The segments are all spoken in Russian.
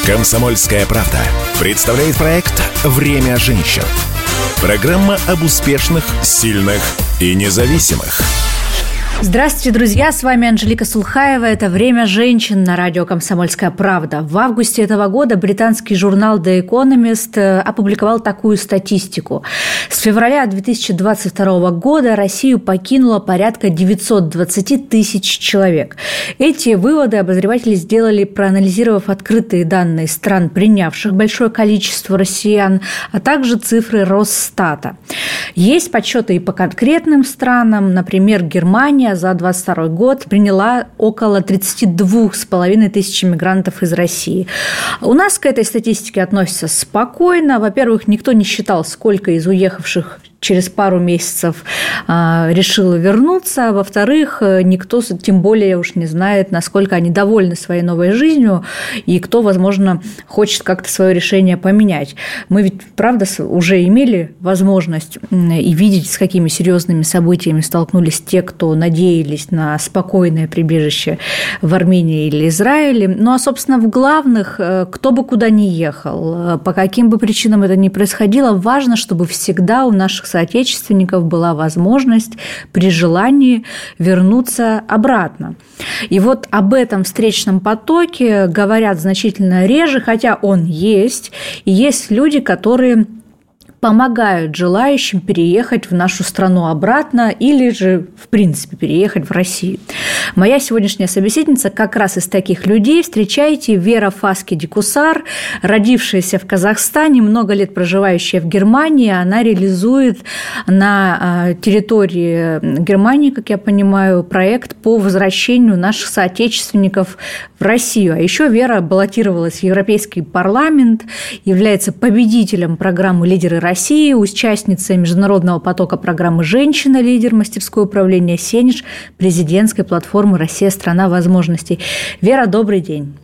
«Комсомольская правда» представляет проект «Время женщин». Программа об успешных, сильных и независимых. Здравствуйте, друзья! С вами Анжелика Сулхаева. Это «Время женщин» на радио «Комсомольская правда». В августе этого года британский журнал The Economist опубликовал такую статистику. С февраля 2022 года Россию покинуло порядка 920 тысяч человек. Эти выводы обозреватели сделали, проанализировав открытые данные стран, принявших большое количество россиян, а также цифры Росстата. Есть подсчеты и по конкретным странам. Например, Германия за 2022 год приняла около 32,5 тысяч мигрантов из России. У нас к этой статистике относятся спокойно. Во-первых, никто не считал, сколько из уехавших через пару месяцев решил вернуться. Во-вторых, никто, тем более, уж не знает, насколько они довольны своей новой жизнью и кто, возможно, хочет как-то свое решение поменять. Мы ведь, правда, уже имели возможность и видеть, с какими серьезными событиями столкнулись те, кто надеялись на спокойное прибежище в Армении или Израиле. Ну, а, собственно, в главных, кто бы куда ни ехал, по каким бы причинам это ни происходило, важно, чтобы всегда у наших соотечественников была возможность при желании вернуться обратно. И вот об этом встречном потоке говорят значительно реже, хотя он есть. И есть люди, которые помогают желающим переехать в нашу страну обратно или же, в принципе, переехать в Россию. Моя сегодняшняя собеседница как раз из таких людей. Встречайте, Вера Фаски-Дикусар, родившаяся в Казахстане, много лет проживающая в Германии. Она реализует на территории Германии, как я понимаю, проект по возвращению наших соотечественников в Россию. А еще Вера баллотировалась в Европейский парламент, является победителем программы «Лидеры России», участницей международного потока программы «Женщина», лидер мастерской управления «Сенеж», президентской платформы «Россия – страна возможностей». Вера, добрый день.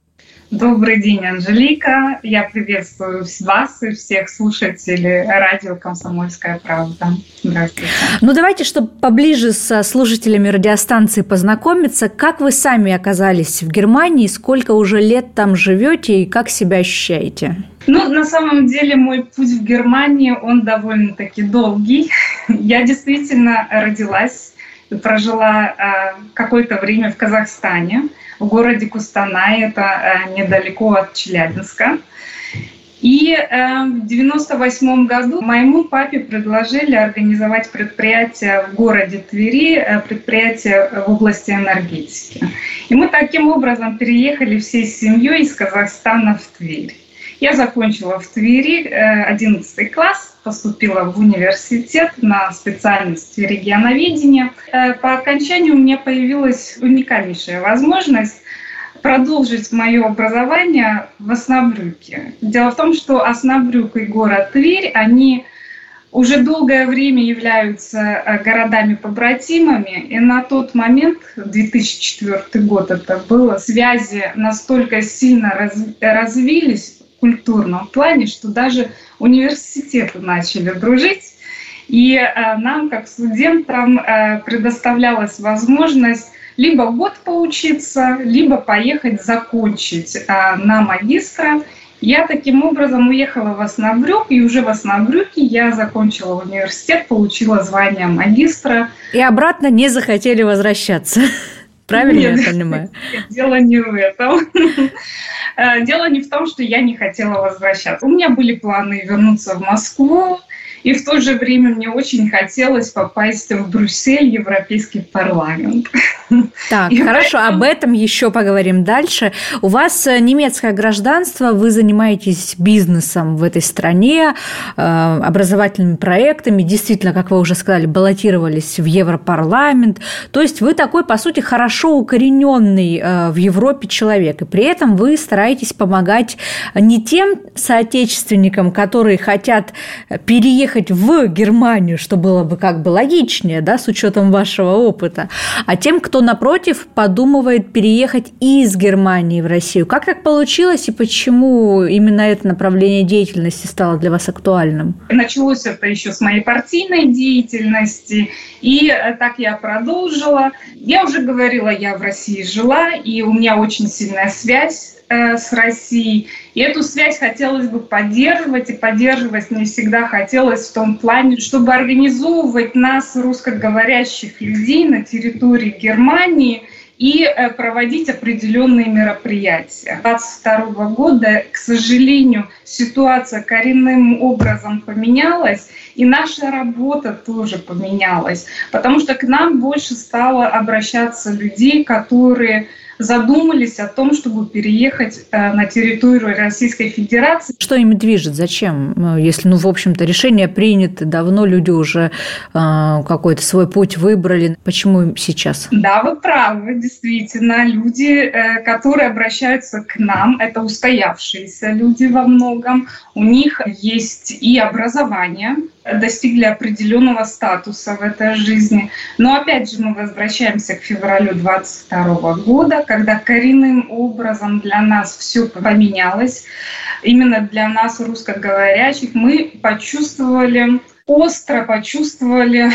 Добрый день, Анжелика. Я приветствую вас и всех слушателей радио «Комсомольская правда». Здравствуйте. Ну, давайте, чтобы поближе со слушателями радиостанции познакомиться, как вы сами оказались в Германии, сколько уже лет там живете и как себя ощущаете? Ну, на самом деле, мой путь в Германии, он довольно-таки долгий. Я действительно родилась и прожила какое-то время в Казахстане, в городе Кустанай, это недалеко от Челябинска. И в 1998 году моему папе предложили организовать предприятие в городе Твери, предприятие в области энергетики. И мы таким образом переехали всей семьей из Казахстана в Тверь. Я закончила в Твери 11 класс, поступила в университет на специальность регионоведения. По окончанию у меня появилась уникальнейшая возможность продолжить мое образование в Оснабрюке. Дело в том, что Оснабрюк и город Тверь, они уже долгое время являются городами-побратимами, и на тот момент, 2004 год это было, связи настолько сильно развились в культурном плане, что даже университеты начали дружить, и нам, как студентам, предоставлялась возможность либо год поучиться, либо поехать закончить на магистра. Я таким образом уехала в Оснабрюк, и уже в Оснабрюке я закончила университет, получила звание магистра. И обратно не захотели возвращаться. Правильно я понимаю? Нет, дело не в этом. Дело не в том, что я не хотела возвращаться. У меня были планы вернуться в Москву, и в то же время мне очень хотелось попасть в Брюссель, Европейский парламент. Так, хорошо, об этом еще поговорим дальше. У вас немецкое гражданство, вы занимаетесь бизнесом в этой стране, образовательными проектами, действительно, как вы уже сказали, баллотировались в Европарламент. То есть вы такой, по сути, хорошо укорененный в Европе человек, и при этом вы стараетесь помогать не тем соотечественникам, которые хотят переехать в Германию, что было бы как бы логичнее, да, с учетом вашего опыта, а тем, кто кто, напротив, подумывает переехать из Германии в Россию. Как так получилось и почему именно это направление деятельности стало для вас актуальным? Началось это еще с моей партийной деятельности, и так я продолжила. Я уже говорила, я в России жила, и у меня очень сильная связь с Россией. И эту связь хотелось бы поддерживать, и поддерживать мне всегда хотелось в том плане, чтобы организовывать нас, русскоговорящих людей, на территории Германии и проводить определенные мероприятия. 2022 года, к сожалению, ситуация коренным образом поменялась, и наша работа тоже поменялась, потому что к нам больше стало обращаться людей, которые задумались о том, чтобы переехать на территорию Российской Федерации. Что ими движет? Зачем? Если, в общем-то, решение принято, давно люди уже какой-то свой путь выбрали. Почему сейчас? Да, вы правы, действительно. Люди, которые обращаются к нам, это устоявшиеся люди во многом. У них есть и образование, достигли определенного статуса в этой жизни. Но опять же мы возвращаемся к февралю 2022 года, когда коренным образом для нас все поменялось. Именно для нас, русскоговорящих, мы остро почувствовали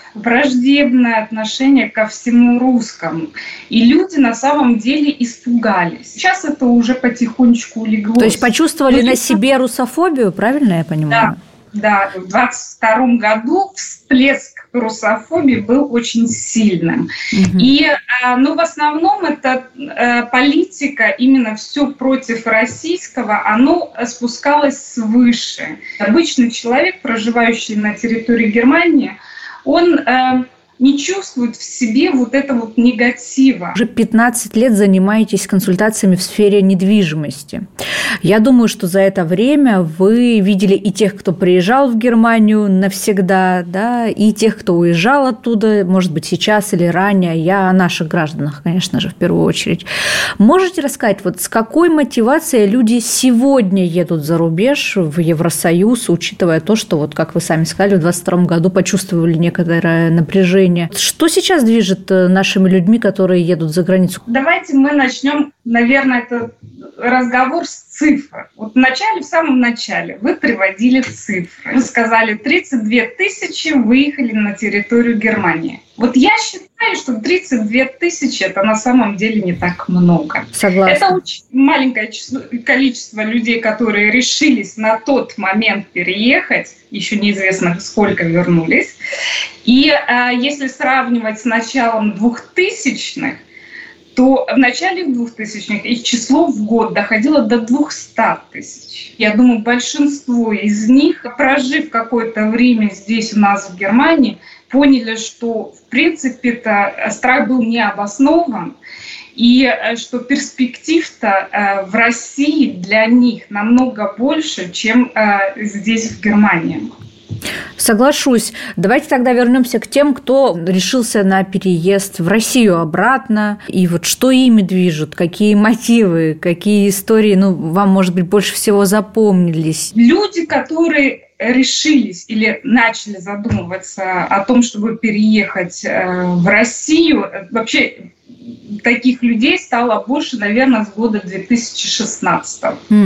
враждебное отношение ко всему русскому. И люди на самом деле испугались. Сейчас это уже потихонечку улеглось. То есть почувствовали на себе русофобию, правильно я понимаю? Да, в 2022 году всплеск русофобии был очень сильным. И в основном это политика, именно все против российского, оно спускалось свыше. Обычный человек, проживающий на территории Германии, он не чувствует в себе вот этого негатива. Уже 15 лет занимаетесь консультациями в сфере недвижимости. Я думаю, что за это время вы видели и тех, кто приезжал в Германию навсегда, да, и тех, кто уезжал оттуда, может быть, сейчас или ранее. Я о наших гражданах, конечно же, в первую очередь. Можете рассказать, с какой мотивацией люди сегодня едут за рубеж, в Евросоюз, учитывая то, что, как вы сами сказали, в 2022 году почувствовали некоторое напряжение? Что сейчас движет нашими людьми, которые едут за границу? Давайте мы начнем, наверное, этот разговор с цифр. В самом начале вы приводили цифры. Вы сказали, 32 тысячи выехали на территорию Германии. Я считаю, что 32 тысячи – это на самом деле не так много. Согласна. Это очень маленькое количество людей, которые решились на тот момент переехать, еще неизвестно, сколько вернулись. И если сравнивать с началом 2000-х, то в начале 2000-х их число в год доходило до 200 тысяч. Я думаю, большинство из них, прожив какое-то время здесь у нас в Германии, поняли, что в принципе-то страх был необоснован, и что перспектив-то в России для них намного больше, чем здесь, в Германии. Соглашусь. Давайте тогда вернемся к тем, кто решился на переезд в Россию обратно. И что ими движет, какие мотивы, какие истории, вам, может быть, больше всего запомнились? Люди, которые решились или начали задумываться о том, чтобы переехать в Россию, вообще таких людей стало больше, наверное, с года 2016.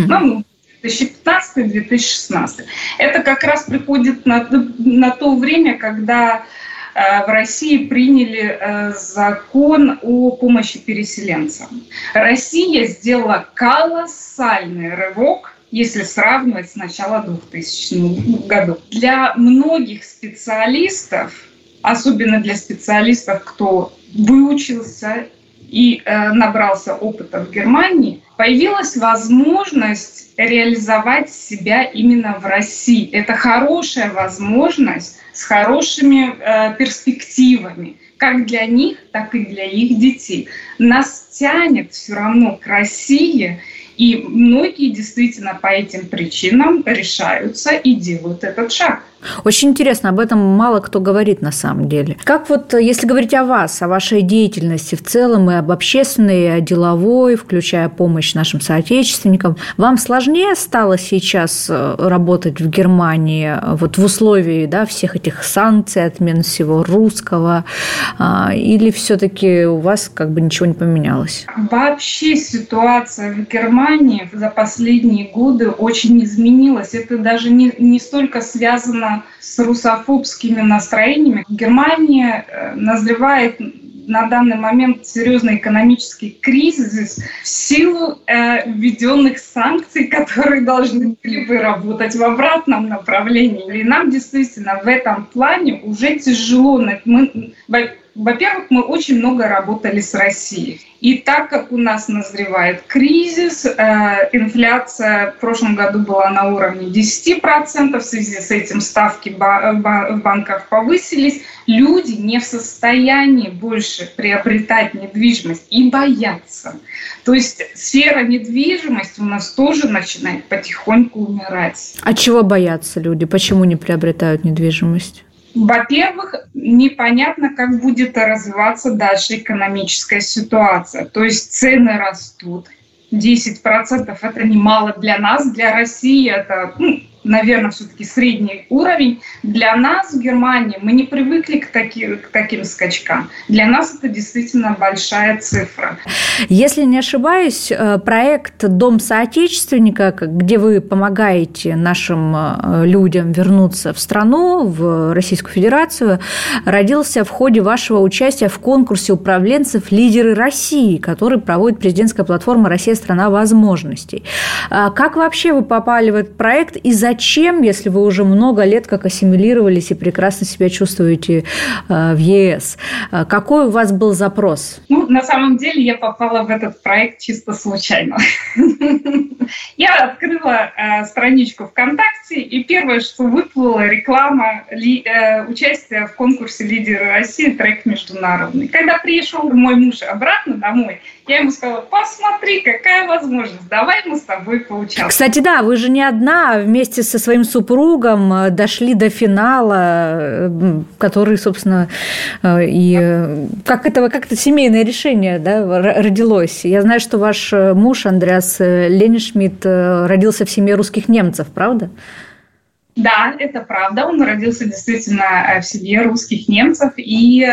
2015-2016. Это как раз приходит на то время, когда в России приняли закон о помощи переселенцам. Россия сделала колоссальный рывок, если сравнивать с начала 2000-х годов. Для многих специалистов, особенно для специалистов, кто выучился и набрался опыта в Германии, появилась возможность реализовать себя именно в России. Это хорошая возможность с хорошими перспективами, как для них, так и для их детей. Нас тянет все равно к России, И многие действительно по этим причинам решаются и делают этот шаг. Очень интересно, об этом мало кто говорит на самом деле. Как если говорить о вас, о вашей деятельности в целом, и об общественной, и о деловой, включая помощь нашим соотечественникам, вам сложнее стало сейчас работать в Германии в условии всех этих санкций, отмен всего русского, или все-таки у вас ничего не поменялось? Вообще ситуация в Германии за последние годы очень изменилась. Это даже не столько связано с русофобскими настроениями. Германия назревает на данный момент серьезный экономический кризис в силу введенных санкций, которые должны были бы работать в обратном направлении. И нам действительно в этом плане уже тяжело. Во-первых, мы очень много работали с Россией. И так как у нас назревает кризис, инфляция в прошлом году была на уровне 10%, в связи с этим ставки в банках повысились, люди не в состоянии больше приобретать недвижимость и боятся. То есть сфера недвижимости у нас тоже начинает потихоньку умирать. А чего боятся люди? Почему не приобретают недвижимость? Во-первых, непонятно, как будет развиваться дальше экономическая ситуация. То есть цены растут. 10% это немало для нас, для России это, наверное, все-таки средний уровень. Для нас в Германии мы не привыкли к таким скачкам. Для нас это действительно большая цифра. Если не ошибаюсь, проект «Дом соотечественника», где вы помогаете нашим людям вернуться в страну, в Российскую Федерацию, родился в ходе вашего участия в конкурсе управленцев «Лидеры России», который проводит президентская платформа «Россия – страна возможностей». Как вообще вы попали в этот проект и зачем, если вы уже много лет как ассимилировались и прекрасно себя чувствуете в ЕС? Какой у вас был запрос? На самом деле я попала в этот проект чисто случайно. Я открыла страничку ВКонтакте, и первое, что выплыла, реклама участия в конкурсе «Лидеры России», трек международный. Когда пришел мой муж обратно домой, я ему сказала: посмотри, какая возможность, давай мы с тобой поучаствуем. Кстати, да, вы же не одна, а вместе со своим супругом дошли до финала, который, собственно, и как это семейное решение, родилось. Я знаю, что ваш муж Андреас Ленишмидт родился в семье русских немцев, правда? Да, это правда. Он родился действительно в семье русских немцев. И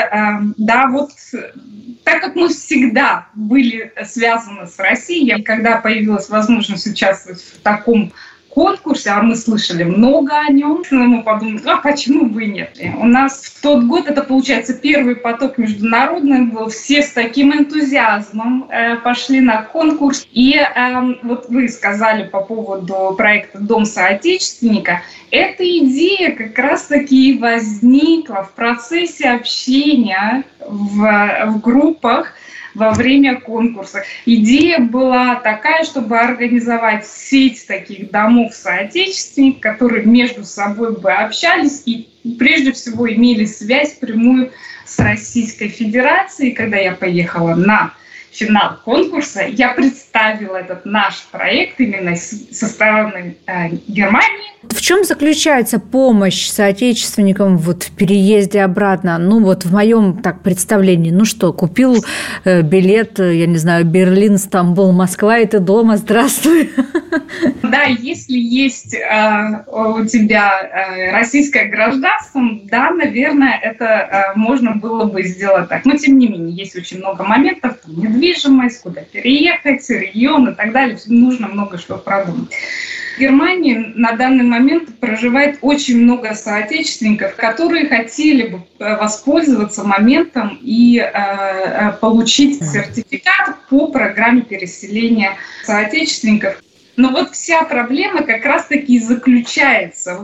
так как мы всегда были связаны с Россией, когда появилась возможность участвовать в таком конкурсе, а мы слышали много о нем, мы подумали, почему бы и нет. У нас в тот год, это получается первый поток международный был, все с таким энтузиазмом пошли на конкурс. И вы сказали по поводу проекта «Дом соотечественника», эта идея как раз-таки и возникла в процессе общения в группах во время конкурса. Идея была такая, чтобы организовать сеть таких домов соотечественников, которые между собой бы общались и прежде всего имели связь прямую с Российской Федерацией. Когда я поехала на финал конкурса, я представила этот наш проект именно со стороны Германии. В чем заключается помощь соотечественникам в переезде обратно? В моем представлении, купил билет, я не знаю, Берлин, Стамбул, Москва, и ты дома, здравствуй. Да, если есть у тебя российское гражданство, да, наверное, это можно было бы сделать так. Но, тем не менее, есть очень много моментов, недвижимость, куда переехать, регион и так далее. Нужно много что продумать. В Германии на данный момент проживает очень много соотечественников, которые хотели бы воспользоваться моментом и получить сертификат по программе переселения соотечественников. Но вся проблема как раз-таки заключается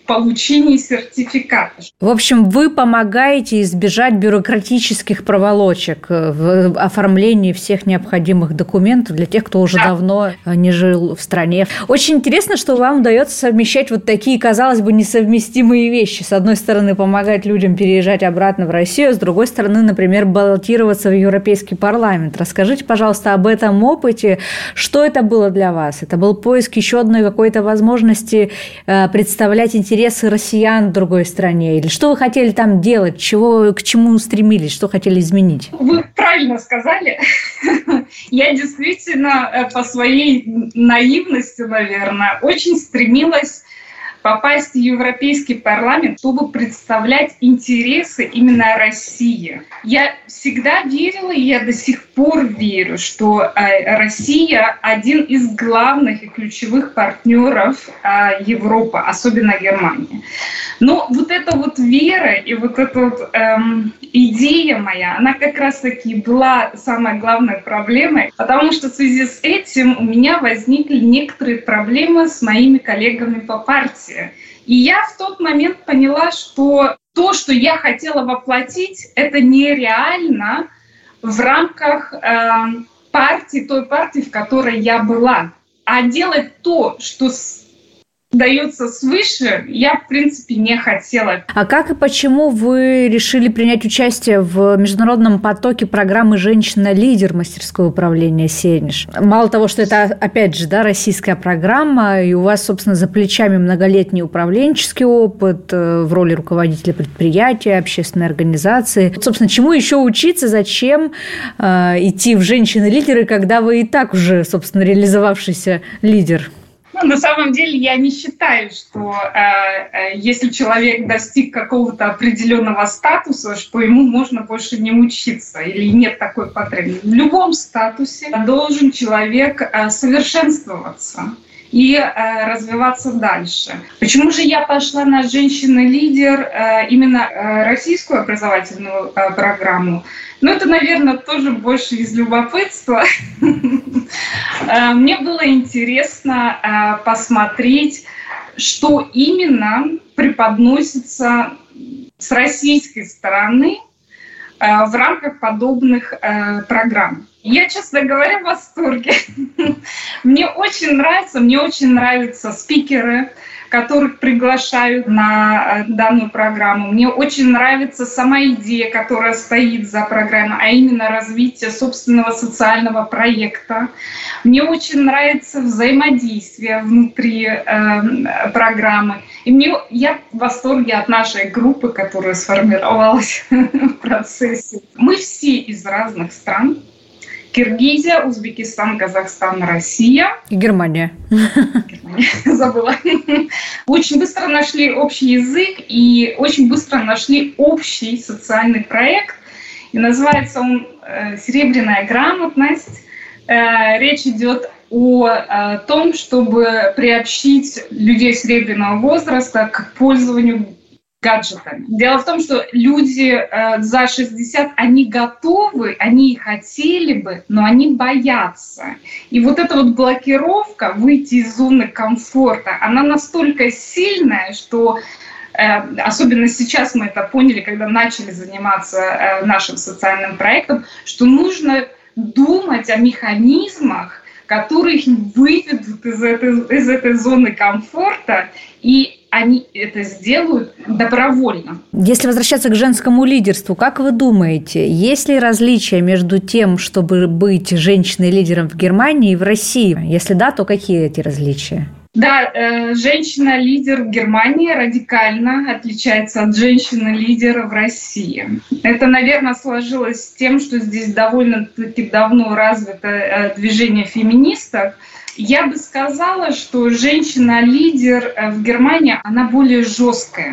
получении сертификата. В общем, вы помогаете избежать бюрократических проволочек в оформлении всех необходимых документов для тех, кто уже давно не жил в стране. Очень интересно, что вам удается совмещать вот такие, казалось бы, несовместимые вещи. С одной стороны, помогать людям переезжать обратно в Россию, а с другой стороны, например, баллотироваться в Европейский парламент. Расскажите, пожалуйста, об этом опыте. Что это было для вас? Это был поиск еще одной какой-то возможности представлять интересы россиян в другой стране? Или что вы хотели там делать? К чему стремились? Что хотели изменить? Вы правильно сказали. Я действительно по своей наивности, наверное, очень стремилась попасть в Европейский парламент, чтобы представлять интересы именно России. Я всегда верила, и я до сих пор верю, что Россия один из главных и ключевых партнеров Европы, особенно Германии. Но вот эта вот вера и вот эта вот идея моя, она как раз-таки была самой главной проблемой, потому что в связи с этим у меня возникли некоторые проблемы с моими коллегами по партии. И я в тот момент поняла, что то, что я хотела воплотить, это нереально в рамках той партии, в которой я была. А делать то, что дается свыше, я, в принципе, не хотела. А как и почему вы решили принять участие в международном потоке программы «Женщина-лидер» мастерского управления «Сенеж»? Мало того, что это, опять же, российская программа, и у вас, собственно, за плечами многолетний управленческий опыт в роли руководителя предприятия, общественной организации. Собственно, чему еще учиться, зачем идти в «Женщины-лидеры», когда вы и так уже, собственно, реализовавшийся лидер? На самом деле я не считаю, что если человек достиг какого-то определенного статуса, что ему можно больше не учиться или нет такой потребности. В любом статусе должен человек совершенствоваться и развиваться дальше. Почему же я пошла на «Женщина-лидер», именно российскую образовательную программу? Это, наверное, тоже больше из любопытства. Мне было интересно посмотреть, что именно преподносится с российской стороны в рамках подобных программ. Я, честно говоря, в восторге. Мне очень нравятся спикеры, которых приглашают на данную программу. Мне очень нравится сама идея, которая стоит за программой, а именно развитие собственного социального проекта. Мне очень нравится взаимодействие внутри программы. И я в восторге от нашей группы, которая сформировалась в процессе. Мы все из разных стран. Киргизия, Узбекистан, Казахстан, Россия. И Германия. Забыла. Очень быстро нашли общий язык и очень быстро нашли общий социальный проект. И называется он «Серебряная грамотность». Речь идет о том, чтобы приобщить людей серебряного возраста к пользованию гаджетами. Дело в том, что люди за 60, они готовы, они хотели бы, но они боятся. И вот эта вот блокировка, выйти из зоны комфорта, она настолько сильная, что особенно сейчас мы это поняли, когда начали заниматься нашим социальным проектом, что нужно думать о механизмах, которые их выведут из этой зоны комфорта, и они это сделают добровольно. Если возвращаться к женскому лидерству, как вы думаете, есть ли различия между тем, чтобы быть женщиной-лидером в Германии и в России? Если да, то какие эти различия? Да, женщина-лидер в Германии радикально отличается от женщины-лидера в России. Это, наверное, сложилось с тем, что здесь довольно-таки давно развито движение феминисток. Я бы сказала, что женщина-лидер в Германии, она более жесткая.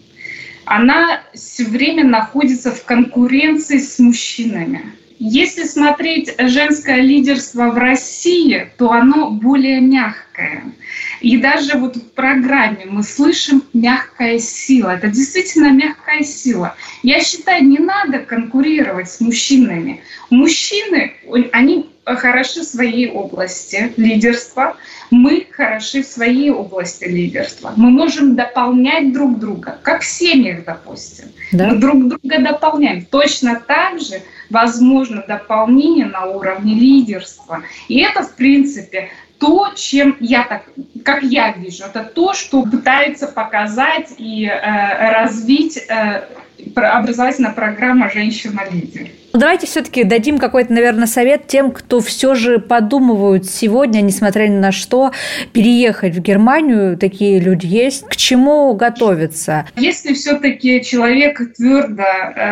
Она все время находится в конкуренции с мужчинами. Если смотреть женское лидерство в России, то оно более мягкое. И даже вот в программе мы слышим «мягкая сила». Это действительно мягкая сила. Я считаю, не надо конкурировать с мужчинами. Мужчины, они хороши в своей области лидерства, мы хороши в своей области лидерства. Мы можем дополнять друг друга, как в семьях, допустим. Да? Мы друг друга дополняем. Точно так же возможно дополнение на уровне лидерства. И это, в принципе, то, чем как я вижу, это то, что пытается показать и развить образовательная программа «Женщина-лидер». Давайте все-таки дадим какой-то, наверное, совет тем, кто все же подумывают сегодня, несмотря ни на что, переехать в Германию. Такие люди есть. К чему готовиться? Если все-таки человек твердо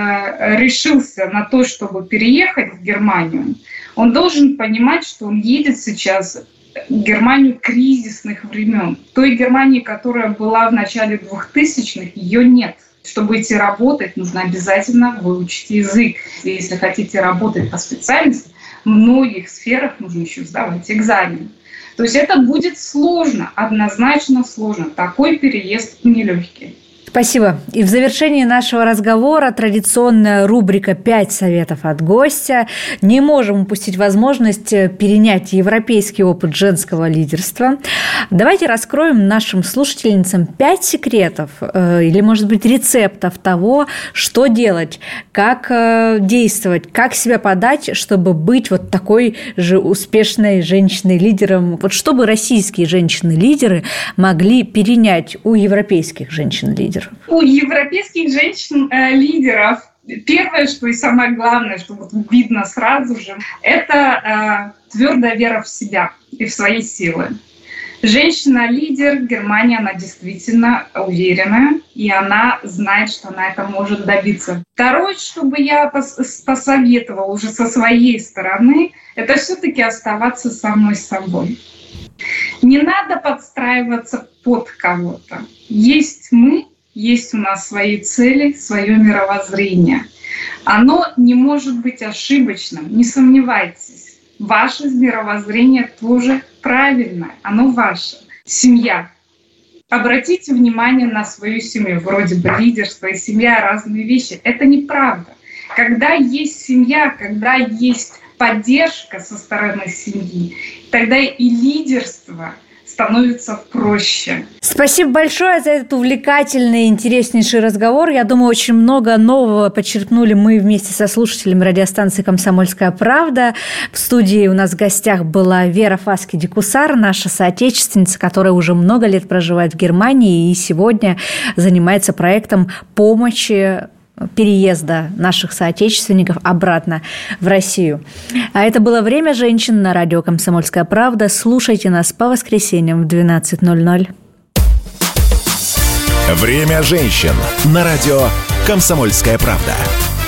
решился на то, чтобы переехать в Германию, он должен понимать, что он едет сейчас в Германию кризисных времен. Той Германии, которая была в начале 2000-х, ее нет. Чтобы идти работать, нужно обязательно выучить язык. Если хотите работать по специальности, в многих сферах нужно еще сдавать экзамен. То есть это будет сложно, однозначно сложно. Такой переезд нелегкий. Спасибо. И в завершении нашего разговора традиционная рубрика «5 советов от гостя». Не можем упустить возможность перенять европейский опыт женского лидерства. Давайте раскроем нашим слушательницам 5 секретов или, может быть, рецептов того, что делать, как действовать, как себя подать, чтобы быть вот такой же успешной женщиной-лидером. Вот чтобы российские женщины-лидеры могли перенять у европейских женщин-лидеров. У европейских женщин-лидеров первое, что и самое главное, что вот видно сразу же, это твердая вера в себя и в свои силы. Женщина-лидер Германии, она действительно уверенная, и она знает, что она это может добиться. Второе, что бы я посоветовала уже со своей стороны, это все-таки оставаться самой собой. Не надо подстраиваться под кого-то. Есть мы, есть у нас свои цели, свое мировоззрение. Оно не может быть ошибочным, не сомневайтесь. Ваше мировоззрение тоже правильное, оно ваше. Семья. Обратите внимание на свою семью. Вроде бы лидерство и семья – разные вещи. Это неправда. Когда есть семья, когда есть поддержка со стороны семьи, тогда и лидерство становится проще. Спасибо большое за этот увлекательный и интереснейший разговор. Я думаю, очень много нового подчеркнули мы вместе со слушателями радиостанции «Комсомольская правда». В студии у нас в гостях была Вера Фаски-Дикусар, наша соотечественница, которая уже много лет проживает в Германии и сегодня занимается проектом помощи переезда наших соотечественников обратно в Россию. А это было «Время женщин» на радио «Комсомольская правда». Слушайте нас по воскресеньям в 12:00. «Время женщин» на радио «Комсомольская правда».